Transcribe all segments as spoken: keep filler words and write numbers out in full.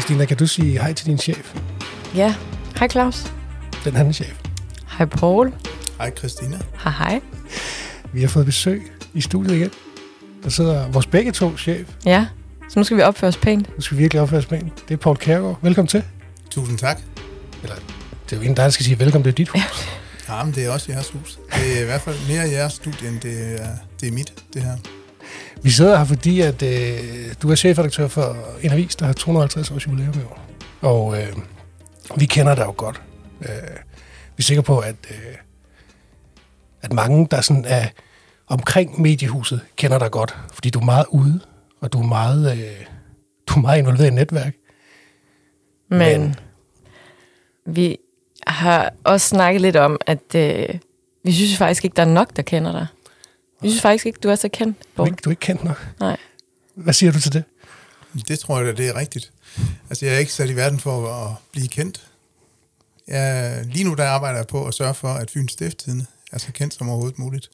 Christina, kan du sige hej til din chef? Ja, hej Claus. Den anden chef. Hej Paul. Hej Christina. Hej hej. Vi har fået besøg i studiet igen. Der sidder vores begge to chef. Ja, så nu skal vi opføre os pænt. Nu skal vi virkelig opføre os pænt. Det er Paul Kjærgaard. Velkommen til. Tusind tak. Eller, det er jo en dig, der skal sige velkommen, det er dit hus. Ja, men det er også jeres hus. Det er i hvert fald mere jeres studie, end det er, det er mit, det her. Vi sidder her, fordi at, øh, du er chefredaktør for en avis, der har to hundrede og halvtreds års jubilæum i år. Og øh, vi kender dig jo godt. Øh, vi er sikre på, at, øh, at mange, der sådan er omkring mediehuset, kender dig godt. Fordi du er meget ude, og du er meget, øh, du er meget involveret i netværk. Men, Men vi har også snakket lidt om, at øh, vi synes faktisk ikke, der er nok, der kender dig. Vi synes faktisk ikke, du er så kendt. Du er ikke, du er ikke kendt nok? Nej. Hvad siger du til det? Det tror jeg, det er rigtigt. Altså, jeg er ikke sat i verden for at blive kendt. Jeg, lige nu der arbejder jeg på at sørge for, at Fyns Stiftstidende er så kendt som overhovedet muligt.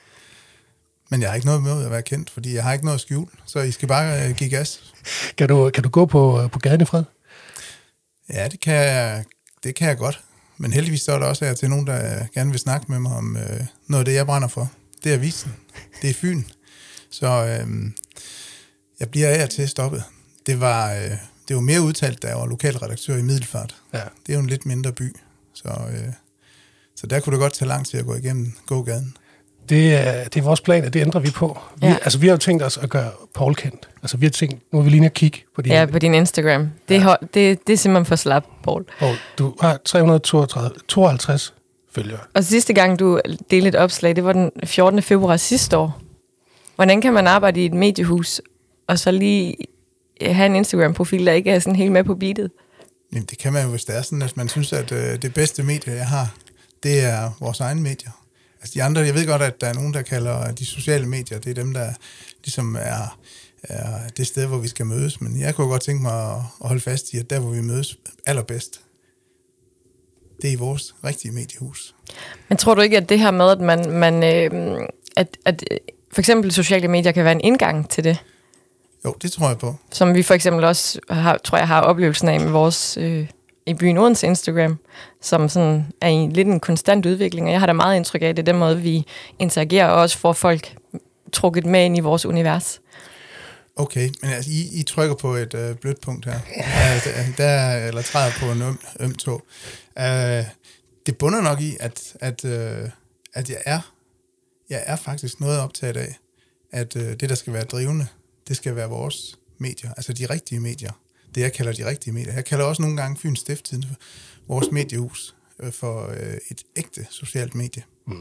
Men jeg har ikke noget med at være kendt, fordi jeg har ikke noget at skjule, så I skal bare give gas. Kan du, kan du gå på, på gaden i fred? Ja, det kan, jeg, det kan jeg godt. Men heldigvis så er der også her til nogen, der gerne vil snakke med mig om øh, noget af det, jeg brænder for. Det er avisen. Det er Fyn. Så øh, jeg bliver af og til stoppet. Det var, øh, det var mere udtalt, da jeg var lokalredaktør i Middelfart. Ja. Det er jo en lidt mindre by. Så, øh, så der kunne det godt tage lang tid at gå igennem gågaden. Det er, det er vores plan, at det ændrer vi på. Vi, Ja. Altså, vi har jo tænkt os at gøre Paul kendt. Altså, vi har tænkt, nu er vi lige nede at kigge på din... Ja, på din Instagram. Det, Ja. ja. det, det er simpelthen for slap, Paul. Paul, du har tre hundrede og tooghalvtreds følgere. Og sidste gang, du delte et opslag, det var den fjortende februar sidste år. Hvordan kan man arbejde i et mediehus, og så lige have en Instagram-profil, der ikke er sådan helt med på beatet? Jamen, det kan man jo, hvis det er sådan, at man synes, at øh, det bedste medie, jeg har, det er vores egne medier. Altså de andre, jeg ved godt, at der er nogen, der kalder de sociale medier, det er dem, der ligesom er, er det sted, hvor vi skal mødes. Men jeg kunne godt tænke mig at, at holde fast i, at der, hvor vi mødes allerbedst, det er i vores rigtige mediehus. Men tror du ikke, at det her med, at man, man øh, at, at for eksempel sociale medier kan være en indgang til det? Jo, det tror jeg på. Som vi for eksempel også har, tror jeg, har oplevelsen af med vores øh, i byen Odense Instagram, som sådan er i lidt en konstant udvikling. Og jeg har da meget indtryk af, det er den måde, vi interagerer, og også får folk trukket med ind i vores univers. Okay, men altså, I, I trykker på et øh, blødt punkt her. Ja, der, der, eller træder på en øm, øm tå. Uh, det bunder nok i, at, at, uh, at jeg er jeg er faktisk noget optaget af, at uh, det, der skal være drivende, det skal være vores medier, altså de rigtige medier. Det, jeg kalder de rigtige medier. Jeg kalder også nogle gange Fyns Stiftstidende vores mediehus uh, for uh, et ægte socialt medie. Mm.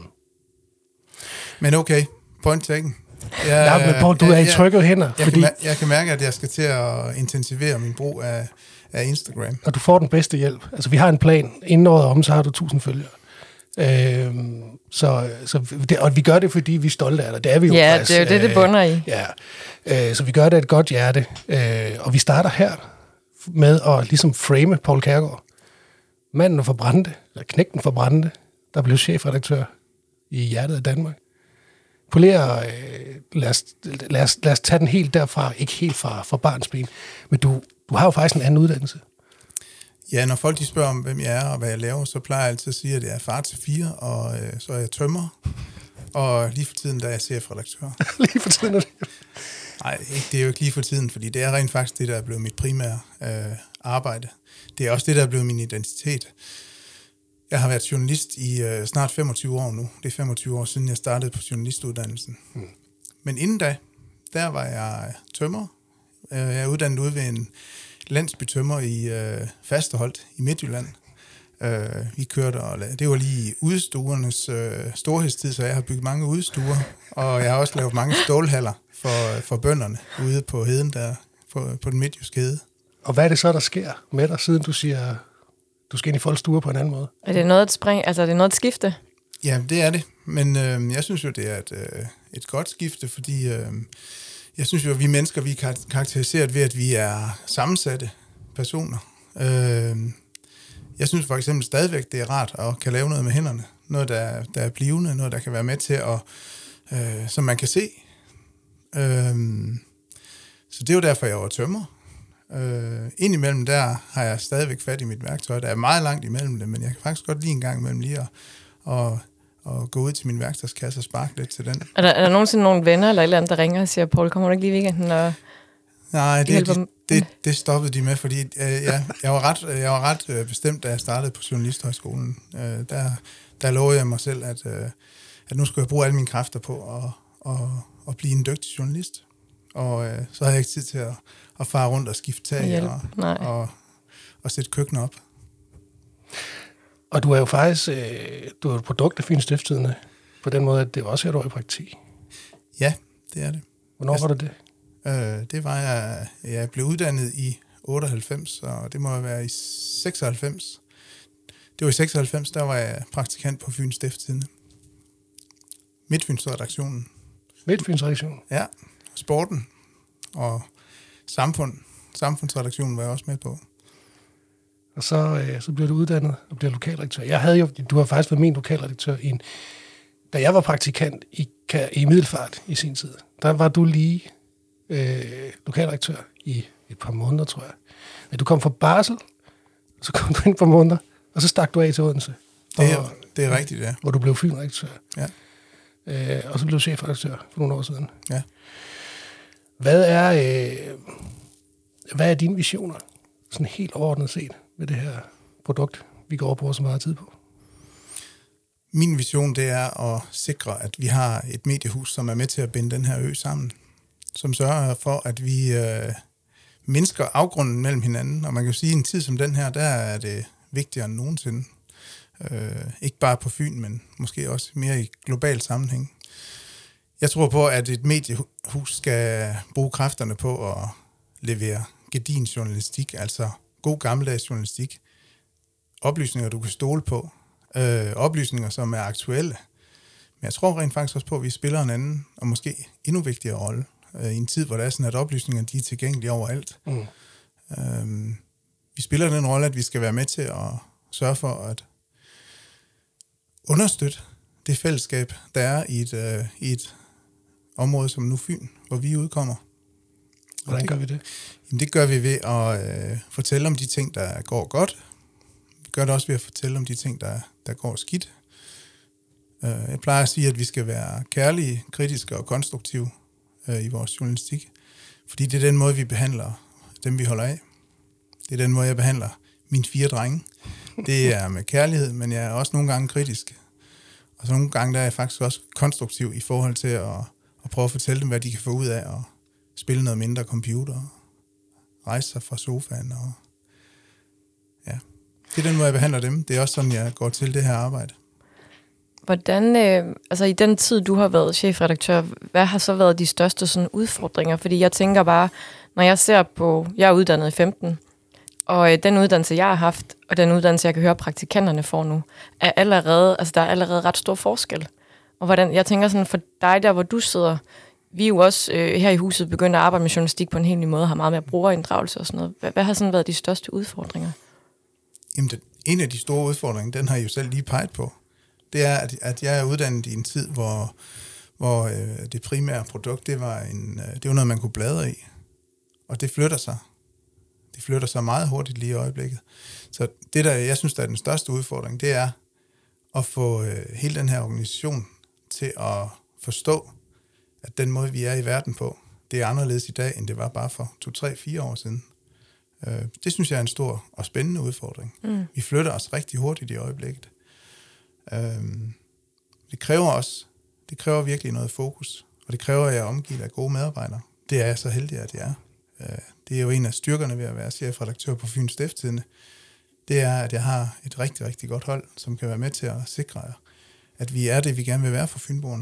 Men okay, point taken. Jeg, Ja, men Paul, du er i trykket hænder. Jeg, fordi, kan, jeg kan mærke, at jeg skal til at intensivere min brug af, af Instagram. og du får den bedste hjælp. Altså, vi har en plan. Inden året om, så har du tusind følgere. Øhm, så, så det, og vi gør det, fordi vi er stolte af dig. Det er vi jo. Ja, faktisk. det er jo det, det bunder i. Ja, øh, så vi gør det af et godt hjerte. Øh, og vi starter her med at ligesom frame Paul Kjærgaard. Manden for Brande, eller knægten for Brande, der blev chefredaktør i hjertet af Danmark. Polere, øh, lad, os, lad, os, lad os tage den helt derfra, ikke helt fra, fra barnsben, men du, du har jo faktisk en anden uddannelse. Ja, når folk de spørger om, hvem jeg er og hvad jeg laver, så plejer jeg altid at sige, at jeg er far til fire, og øh, så er jeg tømrer, og lige for tiden, der er jeg chefredaktør. Lige for tiden. Nej, ikke, det er jo ikke lige for tiden, fordi det er rent faktisk det, der er blevet mit primære øh, arbejde. Det er også det, der er blevet min identitet. Jeg har været journalist i øh, snart femogtyve år nu. Det er femogtyve år siden, jeg startede på journalistuddannelsen. Hmm. Men inden da, der var jeg tømrer. Jeg er uddannet ude ved en landsbytømrer i øh, Fasterholt i Midtjylland. Øh, vi kørte, og det var lige i udestuernes øh, storhedstid, så jeg har bygget mange udestuer, og jeg har også lavet mange stålhaller for, for bønderne ude på heden der, på, på den midtjyske hede. Og hvad er det så, der sker med dig, siden du siger, du skal ind i folks stuer på en anden måde? Er det noget at springe? Altså, er det noget at skifte? Ja, det er det. Men øh, jeg synes jo, det er et, øh, et godt skifte, fordi øh, jeg synes jo, at vi mennesker, vi er karakteriseret ved, at vi er sammensatte personer. Øh, jeg synes for eksempel stadigvæk, det er rart at kan lave noget med hænderne. Noget, der, der er blivende, noget, der kan være med til at, øh, som man kan se. Øh, så det er jo derfor, jeg var tømrer. Øh, indimellem der har jeg stadigvæk fat i mit værktøj. Der er meget langt imellem det, men jeg kan faktisk godt lige en gang imellem lige at, at, at gå ud til min værktøjskasse og sparke lidt til den. Er der, er der nogensinde nogle venner eller et eller andet, der ringer og siger, Poul, kommer du ikke lige i weekenden? Og Nej, det, de, det, det stoppede de med, fordi øh, ja, jeg var ret, jeg var ret øh, bestemt, da jeg startede på Journalisthøjskolen. Øh, der, der lovede jeg mig selv, at, øh, at nu skulle jeg bruge alle mine kræfter på at, at, at blive en dygtig journalist. Og øh, så havde jeg ikke tid til at, at fare rundt og skifte tag og, og, og sætte køkkener op. Og du er jo faktisk øh, du er et produkt af Fyns Stiftstidende på den måde, at det også er et år i praktik. Ja, det er det. Hvornår jeg, var det det? Øh, det var jeg, jeg blev uddannet i otteoghalvfems, og det må have været i seksoghalvfems. Det var i seksoghalvfems, der var jeg praktikant på Fyns Stiftstidende. Midtfyns-redaktionen. Midtfyns-redaktionen? Ja, sporten og samfund. Samfundsredaktionen var jeg også med på. Og så, øh, så blev du uddannet og blev lokalredaktør. Jeg havde jo, du har faktisk været min lokalredaktør i en, da jeg var praktikant i, i Middelfart i sin tid. Der var du lige øh, lokalredaktør i et par måneder, tror jeg. Men du kom fra barsel, og så kom du ind på måneder, og så stak du af til Odense. Det er, og, det er rigtigt, ja. Hvor du blev Fyn-redaktør. Ja. Øh, og så blev du chefredaktør for nogle år siden. Ja. Hvad er, øh, hvad er dine visioner, sådan helt overordnet set, med det her produkt, vi går og bruger så meget tid på? Min vision, det er at sikre, at vi har et mediehus, som er med til at binde den her ø sammen. Som sørger for, at vi øh, mindsker afgrunden mellem hinanden. Og man kan jo sige, at i en tid som den her, der er det vigtigere end nogensinde. Øh, ikke bare på Fyn, men måske også mere i global sammenhæng. Jeg tror på, at et mediehus skal bruge kræfterne på at levere gedigen journalistik, altså god gammeldags journalistik. Oplysninger, du kan stole på. Øh, oplysninger, som er aktuelle. Men jeg tror rent faktisk også på, at vi spiller en anden, og måske endnu vigtigere rolle, øh, i en tid, hvor der er sådan, at oplysninger de er tilgængelige overalt. Mm. Øh, vi spiller den rolle, at vi skal være med til at sørge for at understøtte det fællesskab, der er i et, øh, i et område som nu Fyn, hvor vi udkommer. Hvordan det, gør vi det? Jamen det gør vi ved at øh, fortælle om de ting, der går godt. Vi gør det også ved at fortælle om de ting, der, der går skidt. Øh, jeg plejer at sige, at vi skal være kærlige, kritiske og konstruktive øh, i vores journalistik. Fordi det er den måde, vi behandler dem, vi holder af. Det er den måde, jeg behandler mine fire drenge. Det er med kærlighed, men jeg er også nogle gange kritisk. Og så nogle gange der er jeg faktisk også konstruktiv i forhold til at, at prøve at fortælle dem, hvad de kan få ud af at spille noget mindre computer, rejse sig fra sofaen. Og ja. Det er den måde, jeg behandler dem. Det er også sådan, jeg går til det her arbejde. Hvordan, øh, altså i den tid, du har været chefredaktør, hvad har så været de største sådan, udfordringer? Fordi jeg tænker bare, når jeg ser på, jeg er uddannet i femten, og øh, den uddannelse, jeg har haft, og den uddannelse, jeg kan høre, praktikanterne får nu, er allerede, altså der er allerede ret stor forskel. Og hvordan, jeg tænker sådan, for dig der, hvor du sidder, vi er jo også øh, her i huset begyndt at arbejde med journalistik på en helt ny måde, har meget mere brugerinddragelse og sådan noget. Hvad, hvad har sådan været de største udfordringer? Jamen, den, en af de store udfordringer, den har jeg jo selv lige peget på. Det er, at, at jeg er uddannet i en tid, hvor, hvor øh, det primære produkt, det var, en, øh, det var noget, man kunne bladre i. Og det flytter sig. Det flytter sig meget hurtigt lige i øjeblikket. Så det, der jeg synes, der er den største udfordring, det er at få øh, hele den her organisation til at forstå, at den måde, vi er i verden på, det er anderledes i dag, end det var bare for to, tre, fire år siden. Øh, det synes jeg er en stor og spændende udfordring. Mm. Vi flytter os rigtig hurtigt i øjeblikket. Øh, det kræver også, det kræver virkelig noget fokus, og det kræver, at jeg er omgivet af gode medarbejdere. Det er jeg så heldig, at jeg er. Øh, det er jo en af styrkerne ved at være chefredaktør på Fyns Stiftstidende. Det er, at jeg har et rigtig, rigtig godt hold, som kan være med til at sikre, at vi er det, vi gerne vil være for fynboerne.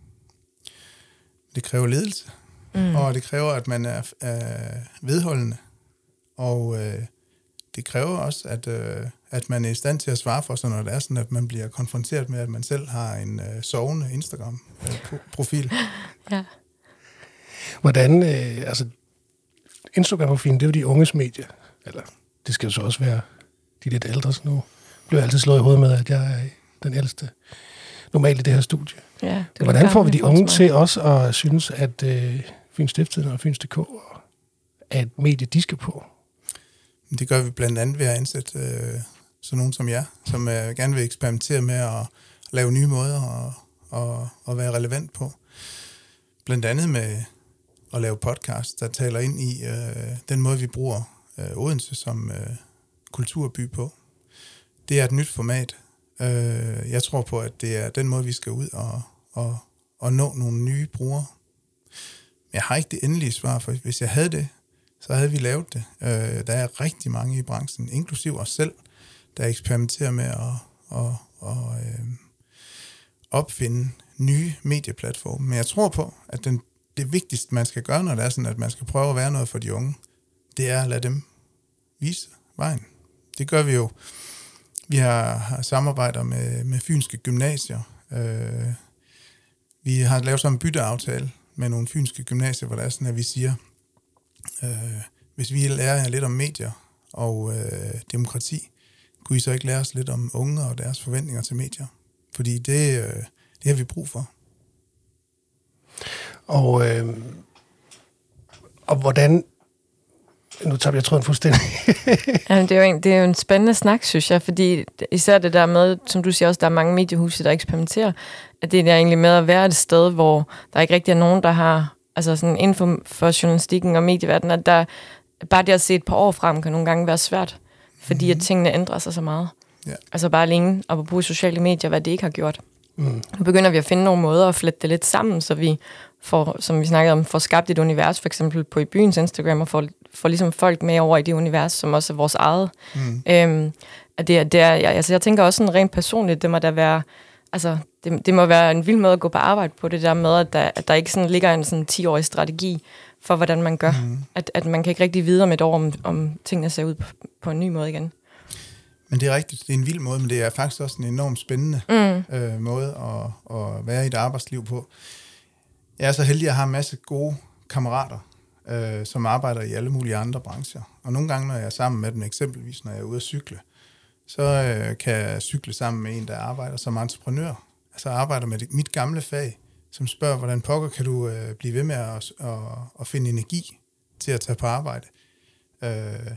Det kræver ledelse, mm. og det kræver, at man er, er vedholdende, og øh, det kræver også, at, øh, at man er i stand til at svare for sig, når det er sådan, at man bliver konfronteret med, at man selv har en øh, sovende Instagram-profil. Ja. Hvordan, øh, altså, Instagram-profilen, det er jo de unges medie, eller det skal jo så også være de lidt ældre, så nu bliver jeg altid slået i hovedet med, at jeg er den ældste normalt i det her studie. Ja, det hvordan får vi de unge til også at synes, at øh, Fyns Stiftstidende og Fyns punktum d k af et medie, de skal på? Det gør vi blandt andet ved at ansætte øh, sådan nogen som jer, som øh, gerne vil eksperimentere med at lave nye måder og, og, og være relevant på. Blandt andet med at lave podcast, der taler ind i øh, den måde, vi bruger øh, Odense som øh, kulturby på. Det er et nyt format. Øh, jeg tror på, at det er den måde, vi skal ud og, og, og nå nogle nye brugere. Jeg har ikke det endelige svar, for hvis jeg havde det, så havde vi lavet det. Øh, der er rigtig mange i branchen, inklusiv os selv, der eksperimenterer med at, at, at øh, opfinde nye medieplatforme. Men jeg tror på, at den, det vigtigste, man skal gøre, når det er sådan, at man skal prøve at være noget for de unge, det er at lade dem vise vejen. Det gør vi jo. Vi har, har samarbejder med, med fynske gymnasier. Øh, vi har lavet sådan en bytteaftale med nogle fynske gymnasier, hvor det er sådan, at vi siger, øh, hvis vi lærer jer lidt om medier og øh, demokrati, kunne I så ikke lære os lidt om unge og deres forventninger til medier? Fordi det, øh, det har vi brug for. Og, øh, og hvordan... Nu tager jeg tråden fuldstændig. Jamen, det, er jo en, det er jo en spændende snak, synes jeg, fordi især det der med, som du siger også, der er mange mediehuse, der eksperimenterer, at det er egentlig med at være et sted, hvor der ikke rigtig er nogen, der har, altså sådan inden for, for journalistikken og medieverdenen, at der, bare det at se et par år frem, kan nogle gange være svært, fordi mm-hmm. at tingene ændrer sig så meget. Ja. Altså bare alene at bruge sociale medier, hvad det ikke har gjort. Mm. Nu begynder vi at finde nogle måder at flette det lidt sammen, så vi får, som vi snakkede om, får skabt et univers, for eksempel på i byens Instagram, og får, får ligesom folk med over i det univers, som også er vores eget. Mm. Øhm, at det, det er, jeg, altså jeg tænker også sådan rent personligt, det må da være, altså det, det må være en vild måde at gå på arbejde på, det der med, at der, at der ikke sådan ligger en sådan ti-årig strategi for, hvordan man gør. Mm. At, at man kan ikke rigtig vide om et år, om, om tingene ser ud på, på en ny måde igen. Men det er rigtigt, det er en vild måde, men det er faktisk også en enormt spændende mm. øh, måde at, at være i et arbejdsliv på. Jeg er så heldig, at jeg har en masse gode kammerater, øh, som arbejder i alle mulige andre brancher. Og nogle gange, når jeg er sammen med dem, eksempelvis når jeg er ude at cykle, så øh, kan jeg cykle sammen med en, der arbejder som entreprenør. Altså arbejder med det, mit gamle fag, som spørger, hvordan pokker kan du øh, blive ved med at, at, at finde energi til at tage på arbejde. Øh,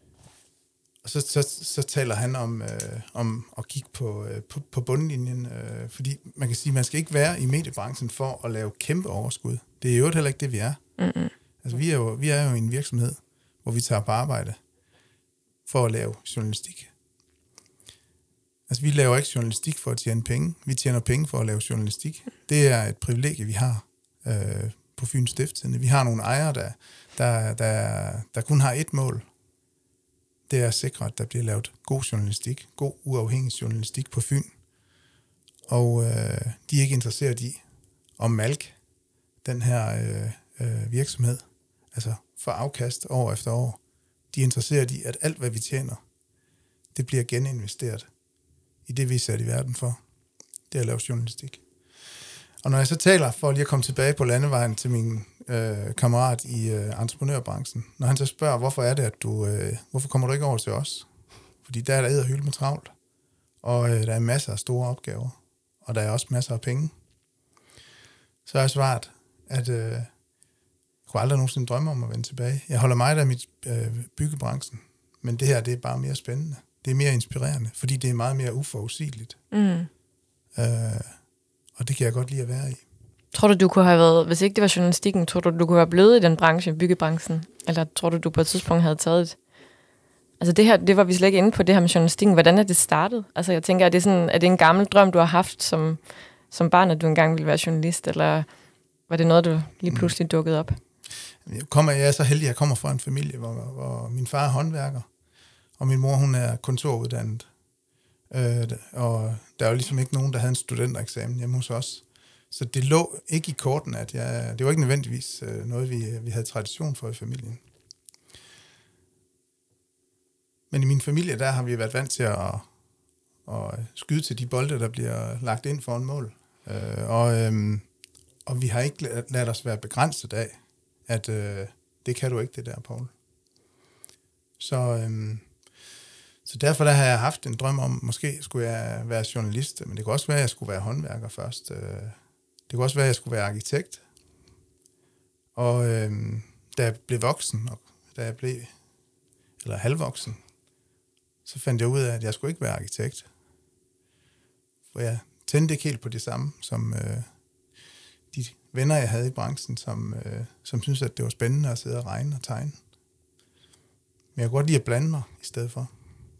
Og så, så, så taler han om, øh, om at kigge på, øh, på, på bundlinjen, øh, fordi man kan sige, at man skal ikke være i mediebranchen for at lave kæmpe overskud. Det er jo heller ikke det, vi er. Mm-hmm. Altså, vi er, jo, vi er jo en virksomhed, hvor vi tager på arbejde for at lave journalistik. Altså, vi laver ikke journalistik for at tjene penge. Vi tjener penge for at lave journalistik. Det er et privilegie, vi har øh, på Fyns Stiftstidende. Vi har nogle ejere, der, der, der, der kun har et mål. Det er at sikre, at der bliver lavet god journalistik, god uafhængig journalistik på Fyn. Og øh, de er ikke interesseret i at malke den her øh, øh, virksomhed, altså for afkast år efter år. De er interesseret i, at alt, hvad vi tjener, det bliver geninvesteret i det, vi er sat i verden for. Det er at lave journalistik. Og når jeg så taler, for lige at komme tilbage på landevejen til min øh, kammerat i øh, entreprenørbranchen, når han så spørger, hvorfor er det, at du, øh, hvorfor kommer du ikke over til os? Fordi der er der edderhylde med travlt, og øh, der er masser af store opgaver, og der er også masser af penge. Så har jeg svaret, at øh, jeg kunne aldrig nogensinde drømme om at vende tilbage. Jeg holder meget af mit øh, byggebranchen, men det her, det er bare mere spændende. Det er mere inspirerende, fordi det er meget mere uforudsigeligt. Mm. Øh, Og det kan jeg godt lide at være i. Tror du, du kunne have været, hvis ikke det var journalistikken, tror du, du kunne have blevet i den branche, byggebranchen? Eller tror du, du på et tidspunkt havde taget et... Altså det her, det var vi slet ikke inde på, det her med journalistikken. Hvordan er det startet? Altså jeg tænker, er det, sådan, er det en gammel drøm, du har haft som, som barn, at du engang ville være journalist? Eller var det noget, du lige pludselig dukkede op? Jeg, kommer, jeg er så heldig, at jeg kommer fra en familie, hvor, hvor min far er håndværker, og min mor, hun er kontoruddannet. Øh, og der var ligesom ikke nogen, der havde en studentereksamen hjemme hos os. Så det lå ikke i korten, at jeg, det var ikke nødvendigvis øh, noget, vi, vi havde tradition for i familien. Men i min familie, der har vi været vant til at, at skyde til de bolde, der bliver lagt ind for en mål. Øh, og, øh, og vi har ikke ladet os være begrænset af, at øh, det kan du ikke, det der, Poul. Så... Øh, Så derfor der har jeg haft en drøm om, måske skulle jeg være journalist, men det kunne også være, at jeg skulle være håndværker først. Det kunne også være, at jeg skulle være arkitekt. Og øh, da jeg blev voksen og da jeg blev, eller halvvoksen, så fandt jeg ud af, at jeg skulle ikke være arkitekt. For jeg tændte ikke helt på det samme, som øh, de venner, jeg havde i branchen, som, øh, som syntes, at det var spændende at sidde og regne og tegne. Men jeg kunne godt lide at blande mig i stedet for.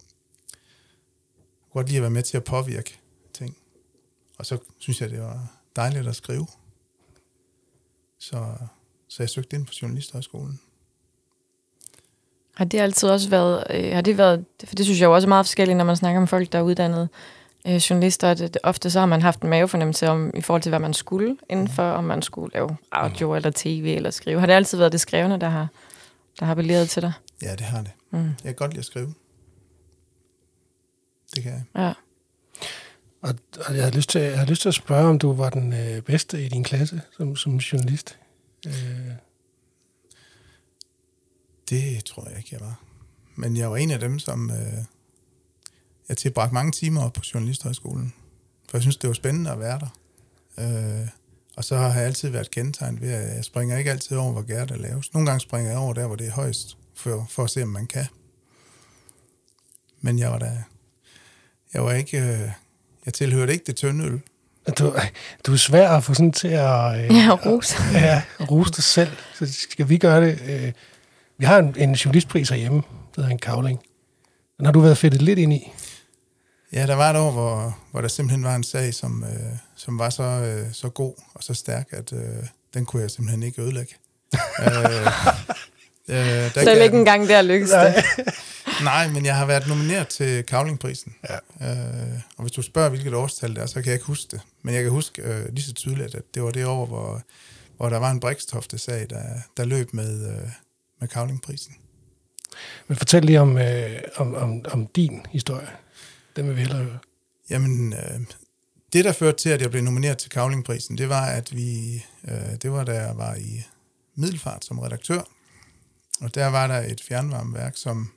Jeg kunne godt lide at være med til at påvirke ting. Og så synes jeg, det var dejligt at skrive. Så, så jeg søgte ind på Journalisthøjskolen. Har det altid også været, øh, har det været, for det synes jeg jo også er meget forskelligt, når man snakker med folk, der er uddannet øh, journalister, at ofte så har man haft en mavefornemmelse om, i forhold til, hvad man skulle indenfor, om man skulle lave audio eller tv eller skrive. Har det altid været det skrevne, der har, der har appelleret til dig? Ja, det har det. Mm. Jeg kan godt lide at skrive. Det kan jeg. Ja. Og, og jeg har lyst til, jeg har lyst til at spørge, om du var den øh, bedste i din klasse som, som journalist? Øh. Det tror jeg ikke, jeg var. Men jeg var en af dem, som... Øh, jeg tilbragte mange timer på Journalisthøjskolen. For jeg synes, det var spændende at være der. Øh, og så har jeg altid været kendetegnet ved, at jeg springer ikke altid over, hvor gærdet er lavest. Nogle gange springer jeg over der, hvor det er højst, for, for at se, om man kan. Men jeg var der... Jeg var ikke... Øh, jeg tilhørte ikke det tynde øl. Du, du er svær at få sådan til at... Øh, ja, rose. Ja, rose dig selv. Så skal vi gøre det... Øh, vi har en, en journalistpris herhjemme, der hedder en Kavling. Den har du været fedtet lidt ind i. Ja, der var et år, hvor, hvor der simpelthen var en sag, som, øh, som var så, øh, så god og så stærk, at øh, den kunne jeg simpelthen ikke ødelægge. øh, øh, så ikke engang der lykkedes det. Nej, men jeg har været nomineret til Kavlingprisen. Ja. Øh, og hvis du spørger, hvilket årstal det er, så kan jeg ikke huske det. Men jeg kan huske øh, lige så tydeligt, at det var det år, hvor, hvor der var en Brixtofte-sag, der, der løb med, øh, med Kavlingprisen. Men fortæl lige om, øh, om, om, om din historie. Den vil vi hellere høre. Jamen, øh, det der førte til, at jeg blev nomineret til Kavlingprisen, det var, at vi, øh, det var, da jeg var i Middelfart som redaktør. Og der var der et fjernvarmeværk, som,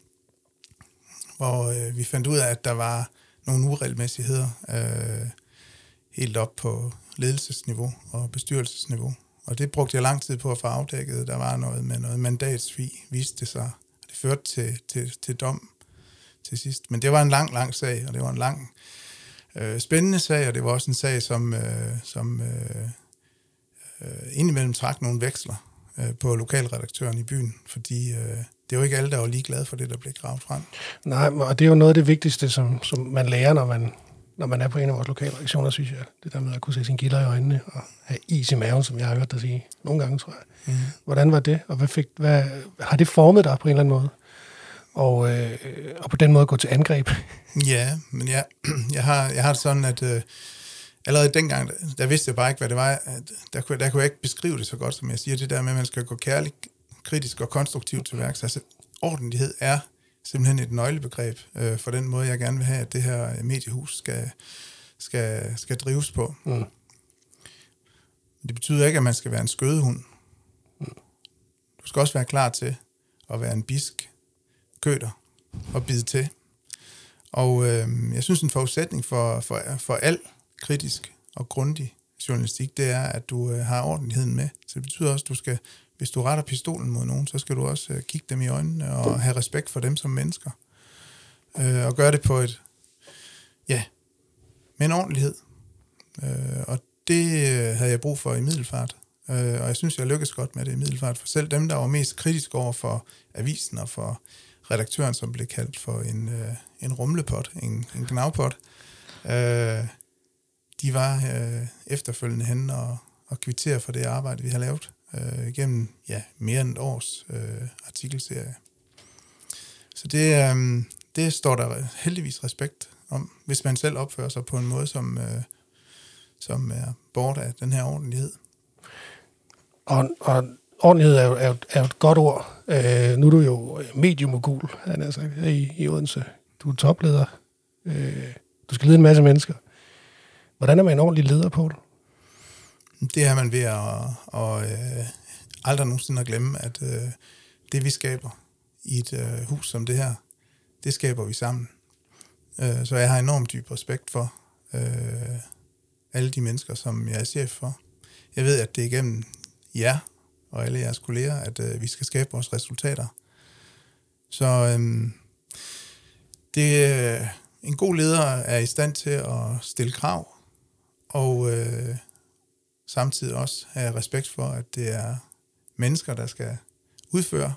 hvor øh, vi fandt ud af, at der var nogle uregelmæssigheder øh, helt op på ledelsesniveau og bestyrelsesniveau. Og det brugte jeg lang tid på at få afdækket. Der var noget med noget mandatsvig, viste det sig. Det førte til, til, til dom til sidst. Men det var en lang, lang sag, og det var en lang, øh, spændende sag, og det var også en sag, som, øh, som øh, øh, indimellem trak nogle veksler øh, på lokalredaktøren i byen, fordi øh, det er jo ikke alle, der var lige glade for det, der blev gravet frem. Nej, og det er jo noget af det vigtigste, som, som man lærer, når man, når man er på en af vores lokalredaktioner, synes jeg. Det der med at kunne se sine gilder i øjnene og have is i maven, som jeg har hørt dig sige nogle gange, tror jeg. Mm. Hvordan var det, og hvad fik, hvad, har det formet dig på en eller anden måde? Og, øh, og på den måde gå til angreb. Ja, men jeg, jeg, har, jeg har det sådan, at øh, allerede dengang, der, der vidste jeg bare ikke, hvad det var. At, der, kunne, der kunne jeg ikke beskrive det så godt, som jeg siger. Det der med, at man skal gå kærligt, kritisk og konstruktivt til værks. Altså, ordentlighed er simpelthen et nøglebegreb øh, for den måde, jeg gerne vil have, at det her mediehus skal, skal, skal drives på. Mm. Det betyder ikke, at man skal være en skødehund. Mm. Du skal også være klar til at være en bisk køder og bide til. Og øh, jeg synes, en forudsætning for, for, for al kritisk og grundig journalistik, det er, at du øh, har ordentligheden med. Så det betyder også, at du skal, hvis du retter pistolen mod nogen, så skal du også øh, kigge dem i øjnene og have respekt for dem som mennesker. Øh, og gøre det på et, ja, med en ordentlighed. Øh, og det øh, havde jeg brug for i Middelfart. Øh, og jeg synes, jeg lykkedes godt med det i Middelfart. For selv dem, der var mest kritiske over for avisen og for redaktøren, som blev kaldt for en, øh, en rumlepot, en, en gnavpot, øh, de var øh, efterfølgende henne og, og kvittere for det arbejde, vi har lavet øh, gennem ja, mere end et års øh, artikelserie. Så det, øh, det står der heldigvis respekt om, hvis man selv opfører sig på en måde, som, øh, som er bort af den her ordentlighed. Og, og ordentlighed er jo, er, jo, er jo et godt ord. Øh, nu er du jo mediemogul, han har sagt, i, i Odense. Du er topleder. Øh, du skal lede en masse mennesker. Hvordan er man en ordentlig leder på det? Det er man ved at og, øh, aldrig nogensinde at glemme, at øh, det vi skaber i et øh, hus som det her, det skaber vi sammen. Øh, så jeg har enormt dyb respekt for øh, alle de mennesker, som jeg er chef for. Jeg ved, at det er igennem jer og alle jeres kolleger, at øh, vi skal skabe vores resultater. Så øhm, det, øh, en god leder er i stand til at stille krav, og øh, samtidig også have respekt for, at det er mennesker, der skal udføre.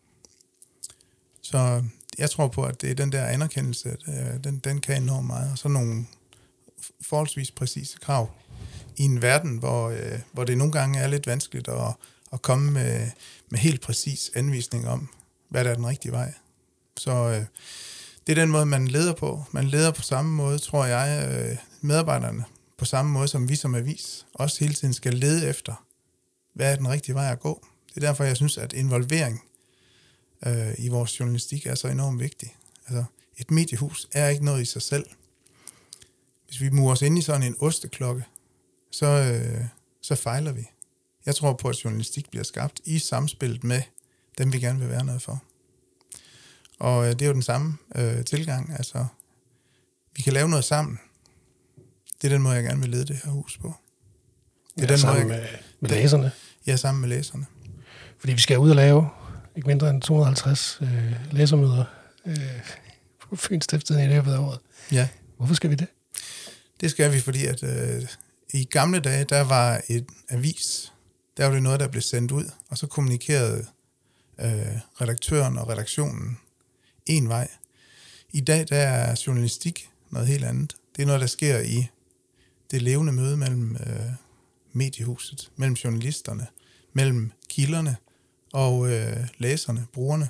Så jeg tror på, at det er den der anerkendelse, øh, den, den kan enormt meget. Og så nogle forholdsvis præcise krav i en verden, hvor, øh, hvor det nogle gange er lidt vanskeligt at, at komme med, med helt præcis anvisning om, hvad der er den rigtige vej. Så øh, det er den måde, man leder på. Man leder på samme måde, tror jeg, øh, medarbejderne på samme måde, som vi som avis også hele tiden skal lede efter, hvad er den rigtige vej at gå. Det er derfor, jeg synes, at involvering øh, i vores journalistik er så enormt vigtig. Altså, et mediehus er ikke noget i sig selv. Hvis vi murer os ind i sådan en osteklokke, så, øh, så fejler vi. Jeg tror på, at journalistik bliver skabt i samspillet med dem, vi gerne vil være noget for. Og øh, det er jo den samme øh, tilgang. Altså, vi kan lave noget sammen. Det er den måde, jeg gerne vil lede det her hus på. Det er ja, den sammen måde, jeg, med, med læserne. Ja, sammen med læserne. Fordi vi skal ud og lave ikke mindre end to hundrede og halvtreds øh, læsermøder øh, på Fyns Stiftstidende i løbet af året. Ja. Hvorfor skal vi det? Det skal vi, fordi at øh, i gamle dage, der var et avis, der var det noget, der blev sendt ud, og så kommunikerede øh, redaktøren og redaktionen en vej. I dag, der er journalistik noget helt andet. Det er noget, der sker i det levende møde mellem øh, mediehuset, mellem journalisterne, mellem kilderne og øh, læserne, brugerne.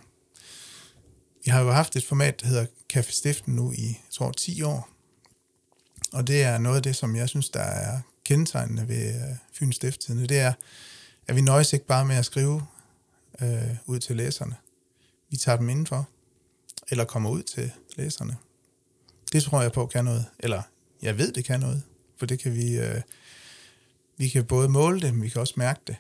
Vi har jo haft et format, der hedder Café Stiften nu i, jeg tror, ti år. Og det er noget af det, som jeg synes, der er kendetegnende ved øh, Fyns Stiftstidende. Det er, at vi nøjes ikke bare med at skrive øh, ud til læserne. Vi tager dem indenfor, eller kommer ud til læserne. Det tror jeg på kan noget, eller jeg ved, det kan noget, for det kan vi, øh, vi kan både måle det, men vi kan også mærke det.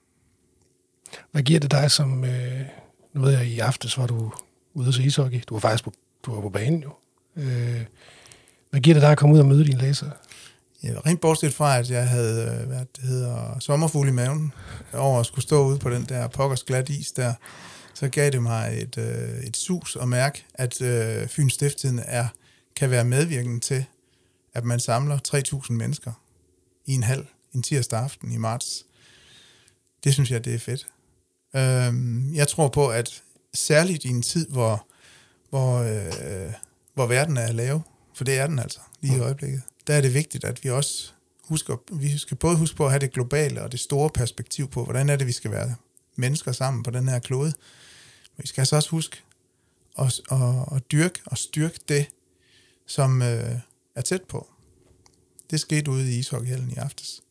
Hvad giver det dig som, øh, nu ved jeg, i aftes var du ude at se ishockey, du var faktisk på, du var på banen jo. Øh, hvad giver det dig at komme ud og møde dine læsere? Ja, rent bortset fra, at jeg havde, hvad det hedder, sommerfugl i maven over at skulle stå ude på den der pokkers glat is der, så gav det mig et, øh, et sus at mærke, at øh, Fyns Stiftstidende er, kan være medvirkende til, at man samler tre tusind mennesker i en halv, en tirsdag aften i marts. Det synes jeg, det er fedt. Øhm, jeg tror på, at særligt i en tid, hvor, hvor, øh, hvor verden er lav, for det er den altså lige i øjeblikket, der er det vigtigt, at vi også husker, vi skal både huske på at have det globale og det store perspektiv på, hvordan er det, vi skal være mennesker sammen på den her klode. Men vi skal altså også huske at, at, at dyrke og styrke det, som øh, er tæt på. Det skete ude i ishockeyhallen i aftes.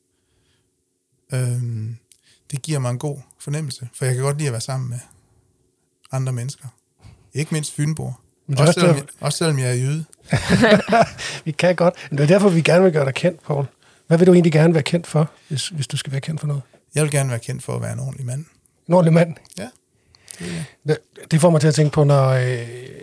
Øhm, det giver mig en god fornemmelse, for jeg kan godt lide at være sammen med andre mennesker. Ikke mindst fynboer. Også, også, selvom jeg, også selvom jeg er jyde. Vi kan godt. Men det er derfor, vi gerne vil gøre dig kendt, Poul. Hvad vil du egentlig gerne være kendt for, hvis, hvis du skal være kendt for noget? Jeg vil gerne være kendt for at være en ordentlig mand. En ordentlig mand? Ja. Det, det, det får mig til at tænke på, når, øh,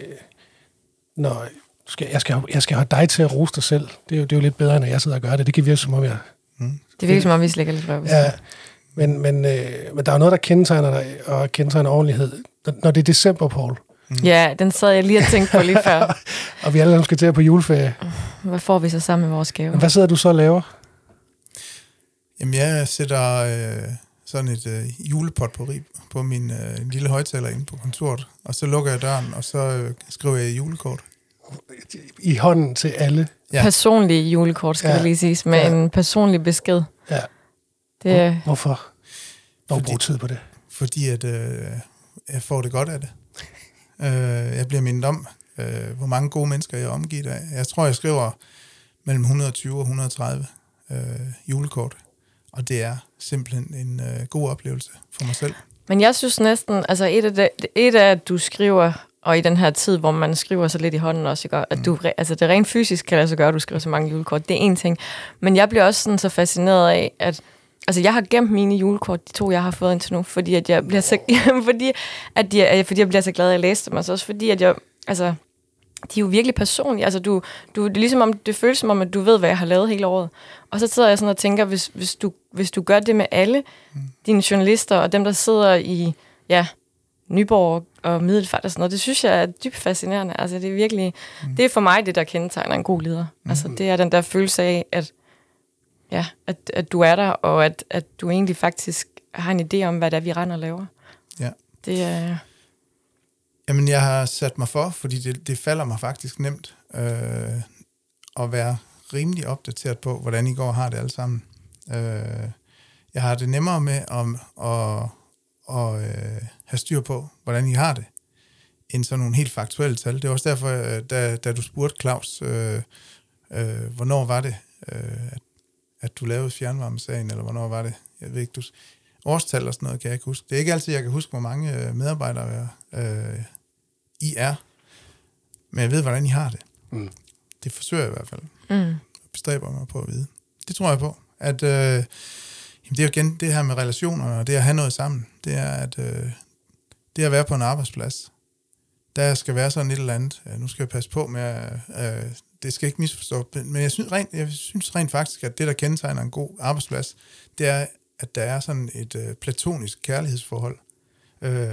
når skal, jeg, skal, jeg skal have dig til at rose dig selv. Det er, jo, det er jo lidt bedre, når jeg sidder og gør det. Det kan virke som om, jeg... Mm. Det virker som om, vi slækker lidt røv. Ja, men, men, øh, men der er noget, der kendetegner dig, og kendetegner ordentlighed. Når det er december, Poul. Mm. Ja, den sad jeg lige og tænkte på lige før. Og vi alle sammen skal til på juleferie. Hvad får vi så sammen med vores gave? Men hvad sidder du så og laver? Jamen, jeg sætter øh, sådan et øh, julepotpourri på min øh, lille højtaler inde på kontoret, og så lukker jeg døren, og så øh, skriver jeg julekort. I hånden til alle? Ja. Personlige julekort, skal ja. det lige siges, med ja. en personlig besked. Ja. Det, Hvorfor? Hvor bruger tid på det? Fordi at øh, jeg får det godt af det. øh, jeg bliver mindet om, øh, hvor mange gode mennesker jeg er omgivet af. Jeg tror, jeg skriver mellem et hundrede og tyve og et hundrede og tredive øh, julekort. Og det er simpelthen en øh, god oplevelse for mig selv. Men jeg synes næsten, altså et af, det, et af at du skriver, og i den her tid, hvor man skriver så lidt i hånden også, ikke? At du, altså det rent fysisk kan lade sig gøre, at du skriver så mange julekort. Det er en ting. Men jeg bliver også sådan så fascineret af, at altså jeg har gemt mine julekort, de to, jeg har fået indtil nu, fordi at jeg bliver så, fordi, at de, fordi jeg bliver så glad, at jeg læste dem, og så også fordi, at jeg, altså, de er jo virkelig personlige. Altså du, du, det er ligesom om, det føles som om, at du ved, hvad jeg har lavet hele året. Og så sidder jeg sådan og tænker, hvis, hvis, du, hvis du gør det med alle mm. dine journalister, og dem, der sidder i, ja, Nyborg og Middelfart og sådan noget. Det synes jeg er dybt fascinerende. Altså, det er virkelig, mm. det er for mig det, der kendetegner en god leder. Mm. Altså, det er den der følelse af, at, ja, at, at du er der, og at, at du egentlig faktisk har en idé om, hvad det er, vi render og laver. Ja. Det er... Jamen, jeg har sat mig for, fordi det, det falder mig faktisk nemt øh, at være rimelig opdateret på, hvordan I går og har det alle sammen. Øh, jeg har det nemmere med at, at, at, at have styr på, hvordan I har det, end sådan nogle helt faktuelle tal. Det var også derfor, da, da du spurgte Claus, øh, øh, hvornår var det, øh, at, at du lavede fjernvarmesagen, eller hvornår var det, jeg ved ikke, du... Årstal og sådan noget kan jeg ikke huske. Det er ikke altid, jeg kan huske, hvor mange medarbejdere øh, I er, men jeg ved, hvordan I har det. Mm. Det forsøger jeg i hvert fald. Mm. Jeg bestræber mig på at vide. Det tror jeg på. At, øh, jamen det er jo igen det her med relationerne, og det at have noget sammen. Det er, at øh, det at være på en arbejdsplads, der skal være sådan et eller andet. Ja, nu skal jeg passe på med, at øh, det skal ikke misforstå. Men jeg synes, rent, jeg synes rent faktisk, at det, der kendetegner en god arbejdsplads, det er, at der er sådan et øh, platonisk kærlighedsforhold. Øh,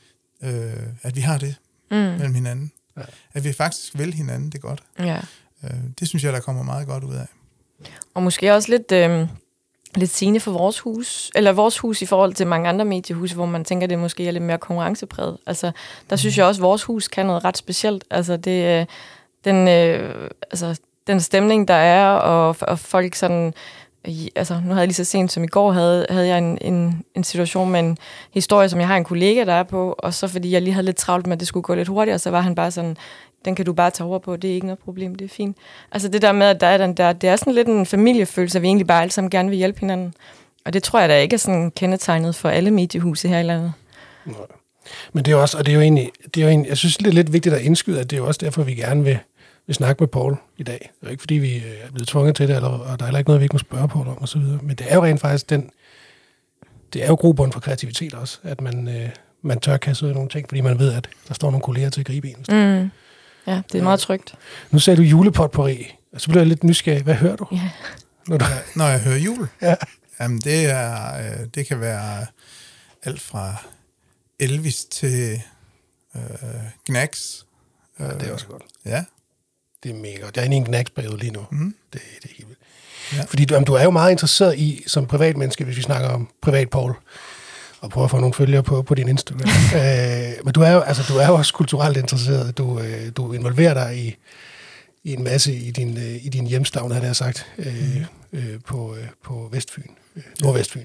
øh, at vi har det mm. mellem hinanden. Ja. At vi faktisk vil hinanden, det er godt. Ja. Øh, det synes jeg, der kommer meget godt ud af. Og måske også lidt, øh, lidt sigende for vores hus, eller vores hus i forhold til mange andre mediehuse, hvor man tænker, det måske er lidt mere konkurrencepræget. Altså, der mm. synes jeg også, at vores hus kan noget ret specielt. Altså, det, øh, den, øh, altså, den stemning, der er, og, og folk sådan... Altså, nu havde jeg lige så sent som i går, havde, havde jeg en, en, en situation med en historie, som jeg har en kollega, der er på, og så fordi jeg lige havde lidt travlt med, at det skulle gå lidt hurtigere, så var han bare sådan, den kan du bare tage over på, det er ikke noget problem, det er fint. Altså det der med, at der er den der, det er sådan lidt en familiefølelse, at vi egentlig bare alle sammen gerne vil hjælpe hinanden. Og det tror jeg da ikke er sådan kendetegnet for alle mediehuse her i landet. Nej. Men det er også, og det er jo egentlig, det er jo egentlig jeg synes, det er lidt vigtigt at indskyde, at det er jo også derfor, vi gerne vil Vi snakker med Poul i dag. Det er ikke, fordi vi er blevet tvunget til det, eller, og der er heller ikke noget, vi ikke må spørge Poul om, og så videre. Men det er jo rent faktisk den... Det er jo grobund for kreativitet også, at man, øh, man tør kaste ud i nogle ting, fordi man ved, at der står nogle kolleger til at gribe en. Mm. Ja, det er meget trygt. Nu sagde du julepotpourri, og så bliver jeg lidt nysgerrig. Hvad hører du? Yeah. Når, du... Når jeg hører jul? Ja. Jamen, det, er, det kan være alt fra Elvis til øh, Knacks. Ja, det er også godt. Ja. Det er mega godt. Jeg er inde i en knacks-periode lige nu. Mm. Det, det er helt vildt. Ja. Fordi du, jamen, du er jo meget interesseret i, som privatmenneske, hvis vi snakker om privat Poul, og prøver at få nogle følgere på, på din Instagram. øh, men du er, jo, altså, du er jo også kulturelt interesseret. Du, øh, du involverer dig i, i en masse i din, øh, i din hjemstavn, havde jeg sagt, øh, mm. øh, på, øh, på Vestfyn, øh, Nordvestfyn.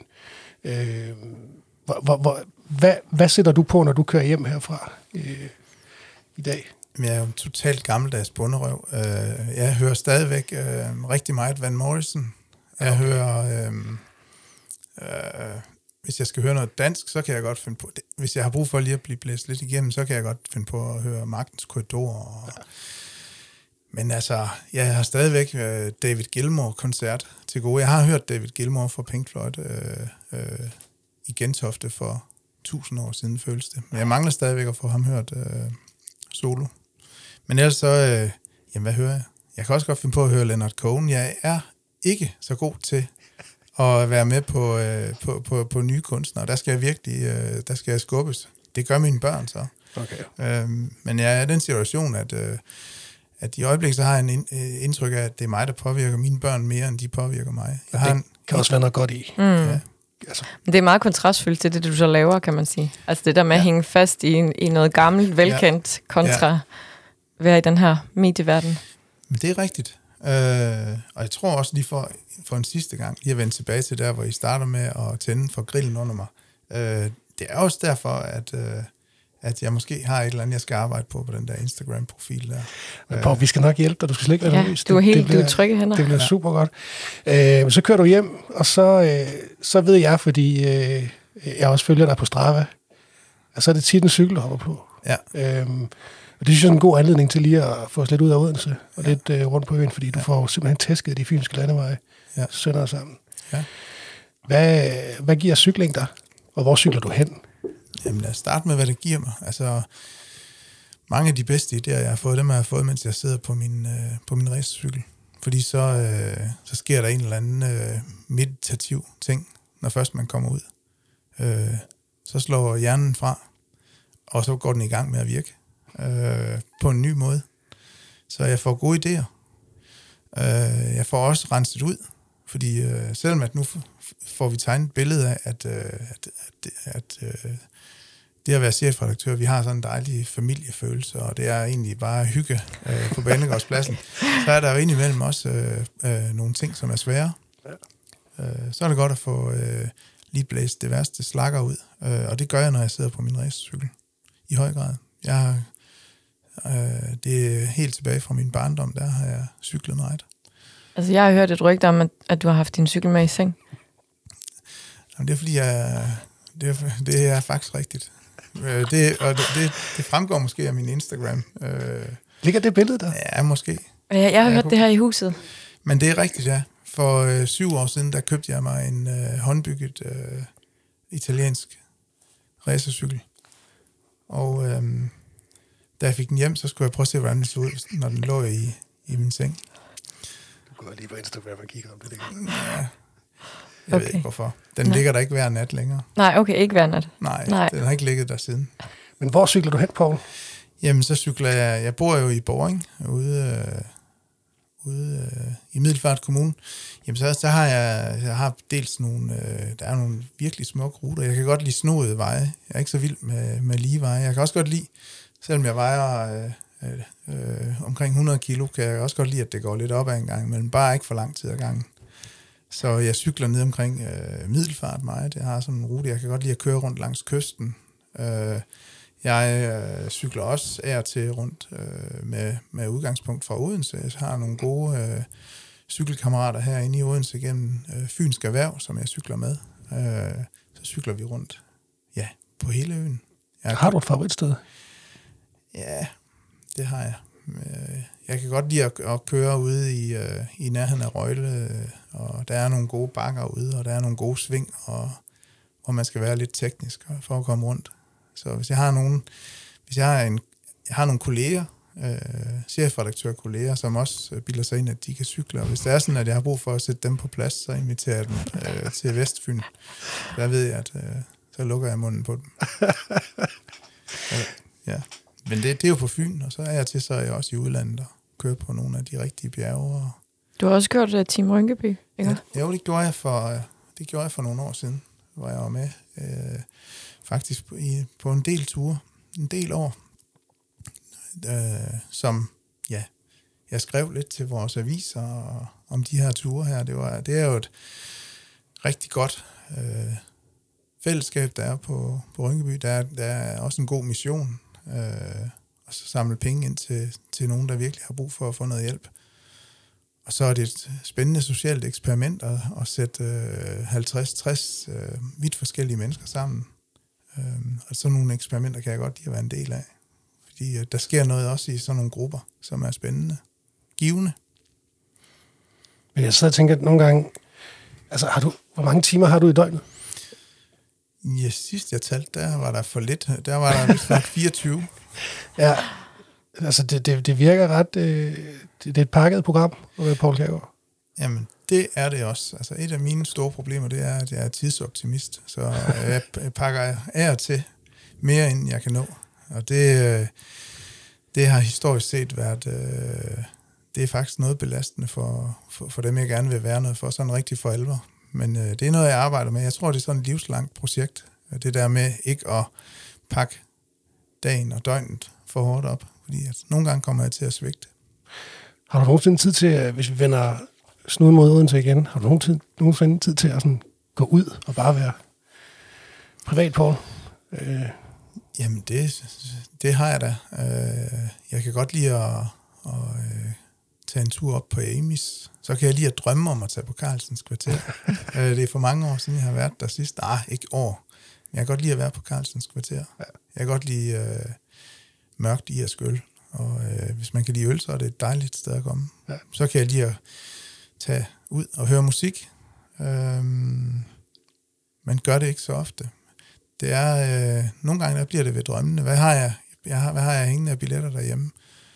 Øh, hvor, hvor, hvor, hvad, hvad sætter du på, når du kører hjem herfra øh, i dag? Jeg er jo en totalt gammeldags bunderøv. Jeg hører stadigvæk øh, rigtig meget Van Morrison. Jeg okay. hører... Øh, øh, hvis jeg skal høre noget dansk, så kan jeg godt finde på... Det. Hvis jeg har brug for lige at blive blæst lidt igennem, så kan jeg godt finde på at høre Magtens Korridor. Og, ja. Men altså, jeg har stadigvæk øh, David Gilmour-koncert til gode. Jeg har hørt David Gilmour fra Pink Floyd øh, øh, i Gentofte for tusind år siden, føles det. Men jeg mangler stadigvæk at få ham hørt øh, solo. Men ellers så, øh, jamen hvad hører jeg? Jeg kan også godt finde på at høre Leonard Cohen. Jeg er ikke så god til at være med på, øh, på, på, på nye kunstnere. Der skal jeg virkelig, øh, der skal jeg skubbes. Det gør mine børn så. Okay. Øhm, men jeg er i den situation, at, øh, at i øjeblikket så har jeg en ind, øh, indtryk af, at det er mig, der påvirker mine børn mere, end de påvirker mig. Jeg har det en, kan også være noget godt i. Mm. Ja. Altså. Det er meget kontrastfyldt til det, du så laver, kan man sige. Altså det der med ja. at hænge fast i, en, i noget gammelt, velkendt, ja. kontra ja. være i den her medieverden. Men det er rigtigt. Øh, og jeg tror også lige for, for en sidste gang, lige at vende tilbage til der, hvor I starter med at tænde for grillen under mig. Øh, det er også derfor, at, øh, at jeg måske har et eller andet, jeg skal arbejde på, på den der Instagram-profil der. Men Poul, vi skal nok hjælpe dig, du skal slet ikke være ja, nervøs. Du er helt det bliver, du er trygge hænder. Det bliver ja. super godt. Øh, så kører du hjem, og så, øh, så ved jeg, fordi øh, jeg også følger dig på Strava, og så er det tit en cykel, der hopper på. Ja. Øhm, og det synes jeg er en god anledning til lige at få os lidt ud af Odense, og ja. lidt øh, rundt på øen, fordi du ja. får simpelthen tæsket de fynske landeveje ja. sønder sammen. Ja. Hvad, hvad giver cykling dig, og hvor cykler du hen? Jamen lad os starte med, hvad det giver mig. Altså, mange af de bedste idéer, jeg har fået, dem har jeg fået, mens jeg sidder på min, øh, på min racercykel. Fordi så, øh, så sker der en eller anden øh, meditativ ting, når først man kommer ud. Øh, så slår hjernen fra, og så går den i gang med at virke øh, på en ny måde. Så jeg får gode idéer. Øh, jeg får også renset ud, fordi øh, selvom at nu f- får vi tegnet et billede af, at, øh, at, at, at øh, det at være chefredaktør, vi har sådan en dejlig familiefølelse, og det er egentlig bare hygge øh, på Banegårdspladsen, så er der jo indimellem også øh, øh, nogle ting, som er svære. Ja. Øh, så er det godt at få øh, lige blæst det værste slakker ud, øh, og det gør jeg, når jeg sidder på min racercykel. I høj grad. Jeg, øh, det er helt tilbage fra min barndom, der har jeg cyklet meget. Altså, jeg har hørt et rygte om, at, at du har haft din cykel med i seng. Jamen, det er fordi, jeg, det, er, det er faktisk rigtigt. Det, og det, det, det fremgår måske af min Instagram. Ligger det billede der? Ja, måske. Ja, jeg har ja, hørt det her i huset. Men det er rigtigt, ja. For øh, syv år siden, der købte jeg mig en øh, håndbygget øh, italiensk racercykel. Og øh, da jeg fik den hjem, så skulle jeg prøve at se, hvordan den så ud, når den lå i, i min seng. Du går lige på Instagram og kigger om det. Ja, jeg okay. ved ikke hvorfor. Den Nej. ligger der ikke hver nat længere. Nej, okay, ikke hver nat. Nej, Nej, den har ikke ligget der siden. Men hvor cykler du hen, Poul? Jamen, så cykler jeg... Jeg bor jo i Borring, ude, øh, ude øh, i Middelfart Kommune. Jamen, så, så har jeg, jeg har dels nogle... Øh, der er nogle virkelig smukke ruter. Jeg kan godt lide snoede veje. Jeg er ikke så vild med, med lige veje. Jeg kan også godt lide, selvom jeg vejer øh, øh, omkring hundrede kilo, kan jeg også godt lide, at det går lidt op ad en gang, men bare ikke for lang tid ad gangen. Så jeg cykler ned omkring øh, Middelfart meget. Jeg har sådan en rute. Jeg kan godt lide at køre rundt langs kysten. Øh, jeg øh, cykler også af og til rundt øh, med, med udgangspunkt fra Odense. Jeg har nogle gode øh, cykelkammerater herinde i Odense gennem øh, Fynsk Erhverv, som jeg cykler med. Øh, så cykler vi rundt, ja, på hele øen. Jeg har du et favoritsted? Ja, det har jeg. Jeg kan godt lide at, at køre ude i, uh, i nærheden af Røgle, og der er nogle gode bakker ude, og der er nogle gode sving, og, hvor man skal være lidt teknisk for at komme rundt. Så hvis jeg har nogen, hvis jeg har, en, jeg har nogle kolleger, øh, chefredaktørkolleger, som også bilder sig ind, at de kan cykle, og hvis det er sådan, at jeg har brug for at sætte dem på plads, så inviterer jeg dem øh, til Vestfyn. Der ved jeg, at øh, så lukker jeg munden på dem. Ja. Men det, det er jo på Fyn, og så er jeg til, så er jeg også i udlandet og kører på nogle af de rigtige bjerge. Og du har også kørt uh, Team Rynkeby, ikke? Ja, jo, det gjorde jeg for, det gjorde jeg for nogle år siden, hvor jeg var med øh, faktisk på, i, på en del ture, en del år, øh, som, ja, jeg skrev lidt til vores aviser og, om de her ture her. Det, var, det er jo et rigtig godt øh, fællesskab, der er på, på Rynkeby. Der er, der er også en god mission, Øh, og så samle penge ind til, til nogen, der virkelig har brug for at få noget hjælp. Og så er det et spændende socialt eksperiment at, at sætte øh, halvtreds til tres øh, vidt forskellige mennesker sammen. Øh, og sådan nogle eksperimenter kan jeg godt lide at være en del af. Fordi øh, der sker noget også i sådan nogle grupper, som er spændende. Givende. Men jeg sidder og tænker, at nogle gange, altså har du, hvor mange timer har du i døgnet? Ja, sidst jeg talte, der var der for lidt. Der var der vist nok fireogtyve. Ja, altså det, det, det virker ret... Øh, det, det er et pakket program, Poul Kjærgaard. Jamen, det er det også. Altså et af mine store problemer, det er, at jeg er tidsoptimist. Så jeg pakker af og til mere, end jeg kan nå. Og det, det har historisk set været... Det er faktisk noget belastende for, for, for dem, jeg gerne vil være noget for, sådan rigtig for alvor. Men øh, det er noget, jeg arbejder med. Jeg tror, det er sådan et livslangt projekt. Det der med ikke at pakke dagen og døgnet for hårdt op. Fordi at nogle gange kommer jeg til at svigte. Har du nogensinde tid til, hvis vi vender snuden mod Odense igen, har du nogensinde, nogensinde tid til at sådan gå ud og bare være privat, Poul? Øh. Jamen, det, det har jeg da. Øh, jeg kan godt lide at, at øh, tage en tur op på Amis. Så kan jeg lide at drømme om at tage på Carlsens Kvarter. øh, det er for mange år siden, jeg har været der sidst. Nej, ikke år. Men jeg kan godt lide at være på Carlsens Kvarter. Jeg kan godt lide øh, mørkt i at skøl. Og øh, hvis man kan lide øl, så er det et dejligt sted at komme. Ja. Så kan jeg lide at tage ud og høre musik. Øhm, man gør det ikke så ofte. Det er, øh, nogle gange der bliver det ved drømmene. Hvad har jeg, jeg har, hvad har jeg hængende af billetter derhjemme?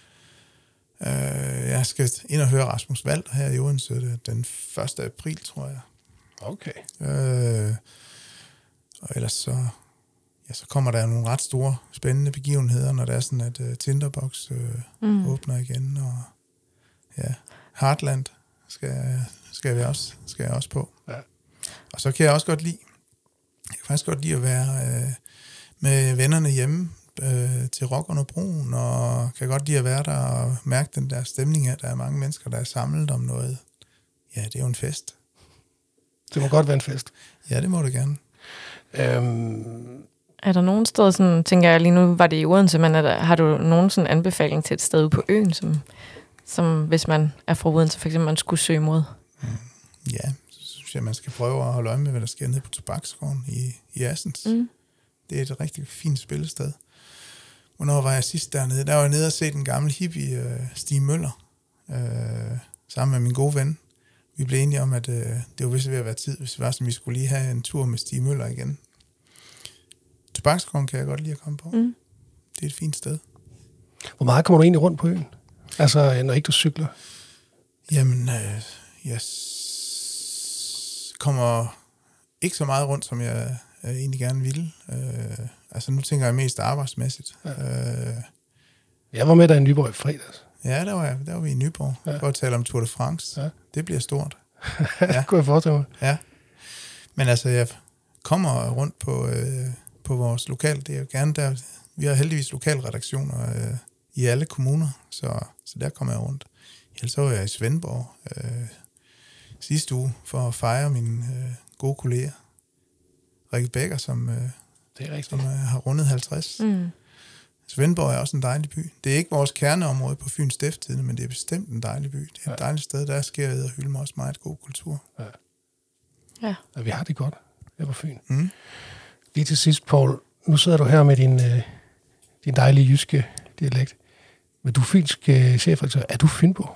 Øh, jeg skal ind og høre Rasmus Walter her i Odense den første april, tror jeg. Okay. Øh, og ellers så... ja, så kommer der nogle ret store, spændende begivenheder, når det er sådan, at uh, Tinderbox uh, mm. åbner igen, og ja, Heartland skal, skal, vi også, skal jeg også på. Ja. Og så kan jeg også godt lide, jeg kan faktisk godt lide at være uh, med vennerne hjemme uh, til Rock under Broen, og kan godt lide at være der og mærke den der stemning af, at der er mange mennesker, der er samlet om noget. Ja, det er jo en fest. Det må godt være en fest. Ja, det må det gerne. Øhm. Er der nogen steder, sådan, tænker jeg lige nu, var det i Odense, men er der, har du nogen sådan anbefaling til et sted ude på øen, som, som hvis man er fra Odense, for eksempel, man skulle søge mod? Mm. Ja, så synes jeg, man skal prøve at holde øje med, hvad der sker nede på Tobaksgården i, i Assens. Mm. Det er et rigtig fint spillested. Hvornår var jeg sidst dernede? Der var jeg nede og se den gamle hippie uh, Stig Møller, uh, sammen med min gode ven. Vi blev enige om, at uh, det var vist ved at være tid, hvis det var, som vi skulle lige have en tur med Stig Møller igen. Tobaksgården kan jeg godt lide at komme på. Mm. Det er et fint sted. Hvor meget kommer du egentlig rundt på øen? Altså, når ikke du cykler? Jamen, øh, jeg kommer ikke så meget rundt, som jeg øh, egentlig gerne ville. Øh, altså, nu tænker jeg mest arbejdsmæssigt. Ja. Øh, jeg var med dig i Nyborg i fredags. Ja, der var, jeg, der var vi i Nyborg. Ja. Jeg får tale om Tour de France. Ja. Det bliver stort. Ja. Kunne jeg forestille mig. Ja. Men altså, jeg kommer rundt på... Øh, på vores lokal, det er jo gerne der, vi har heldigvis lokalredaktioner øh, i alle kommuner, så, så der kommer jeg rundt. Ellers så var jeg i Svendborg øh, sidste uge for at fejre mine øh, gode kolleger. Rikke Becker, som, øh, det er som øh, har rundet halvtreds. Mm. Svendborg er også en dejlig by. Det er ikke vores kerneområde på Fyns Stiftstidende, men det er bestemt en dejlig by. Det er et ja. dejligt sted, der sker og hylde mig også meget god kultur. Ja. Ja. Ja, vi har det godt her på Fyn. Mm. Lige til sidst, Poul, nu sidder du her med din, øh, din dejlige jyske dialekt. Men du er fynsk øh, chefredaktør. Er du fynbo?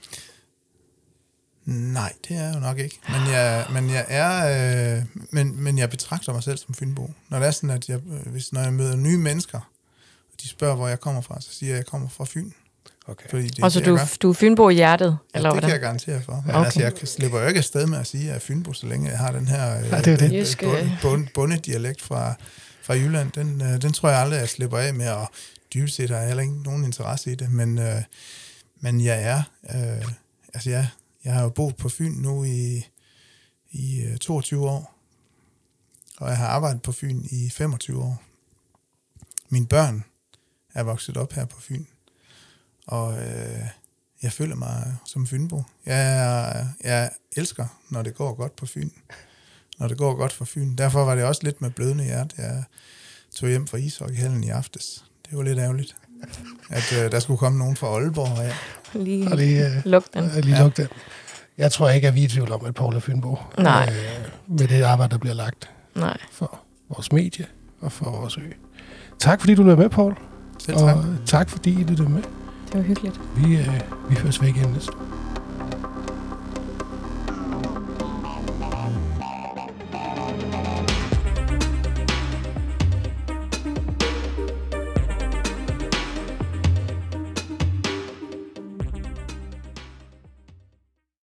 Nej, det er jeg jo nok ikke. Men jeg, men jeg er, øh, men, men jeg betragter mig selv som fynbo. Når det er sådan, at jeg, hvis, når jeg møder nye mennesker, og de spørger, hvor jeg kommer fra, så siger jeg, at jeg kommer fra Fyn. Okay. Fordi det, og så du, du er fynbo i hjertet? Ja, eller det hvordan? Kan jeg garantere for. Men okay. altså, jeg slipper jo ikke afsted med at sige, at jeg er fynbo, så længe jeg har den her øh, ja, det det. bund, bund, bundedialekt fra, fra Jylland. Den, øh, den tror jeg aldrig, jeg slipper af med, og dybest set har jeg heller ikke nogen interesse i det. Men, øh, men jeg er... Øh, altså, jeg, jeg har jo boet på Fyn nu i, i øh, toogtyve år, og jeg har arbejdet på Fyn i femogtyve år. Mine børn er vokset op her på Fyn. Og øh, jeg føler mig som fynbo. Jeg, jeg elsker, når det går godt på Fyn. Når det går godt for Fyn. Derfor var det også lidt med blødende hjerte. Jeg tog hjem fra ishockeyhallen i aftes. Det var lidt ærgerligt, at øh, der skulle komme nogen fra Aalborg. Og ja. Lige, lige øh, luk den. Øh, lige ja. luk den. Jeg tror ikke, at vi er i tvivl om, at Poul er fynbo. Nej. Øh, med det arbejde, der bliver lagt. Nej. For vores medie og for vores ø. Tak fordi du løb med, Poul. Selv tak. Og tak fordi I lyttede med. Det var hyggeligt. Vi, øh, vi høres væk igen næste.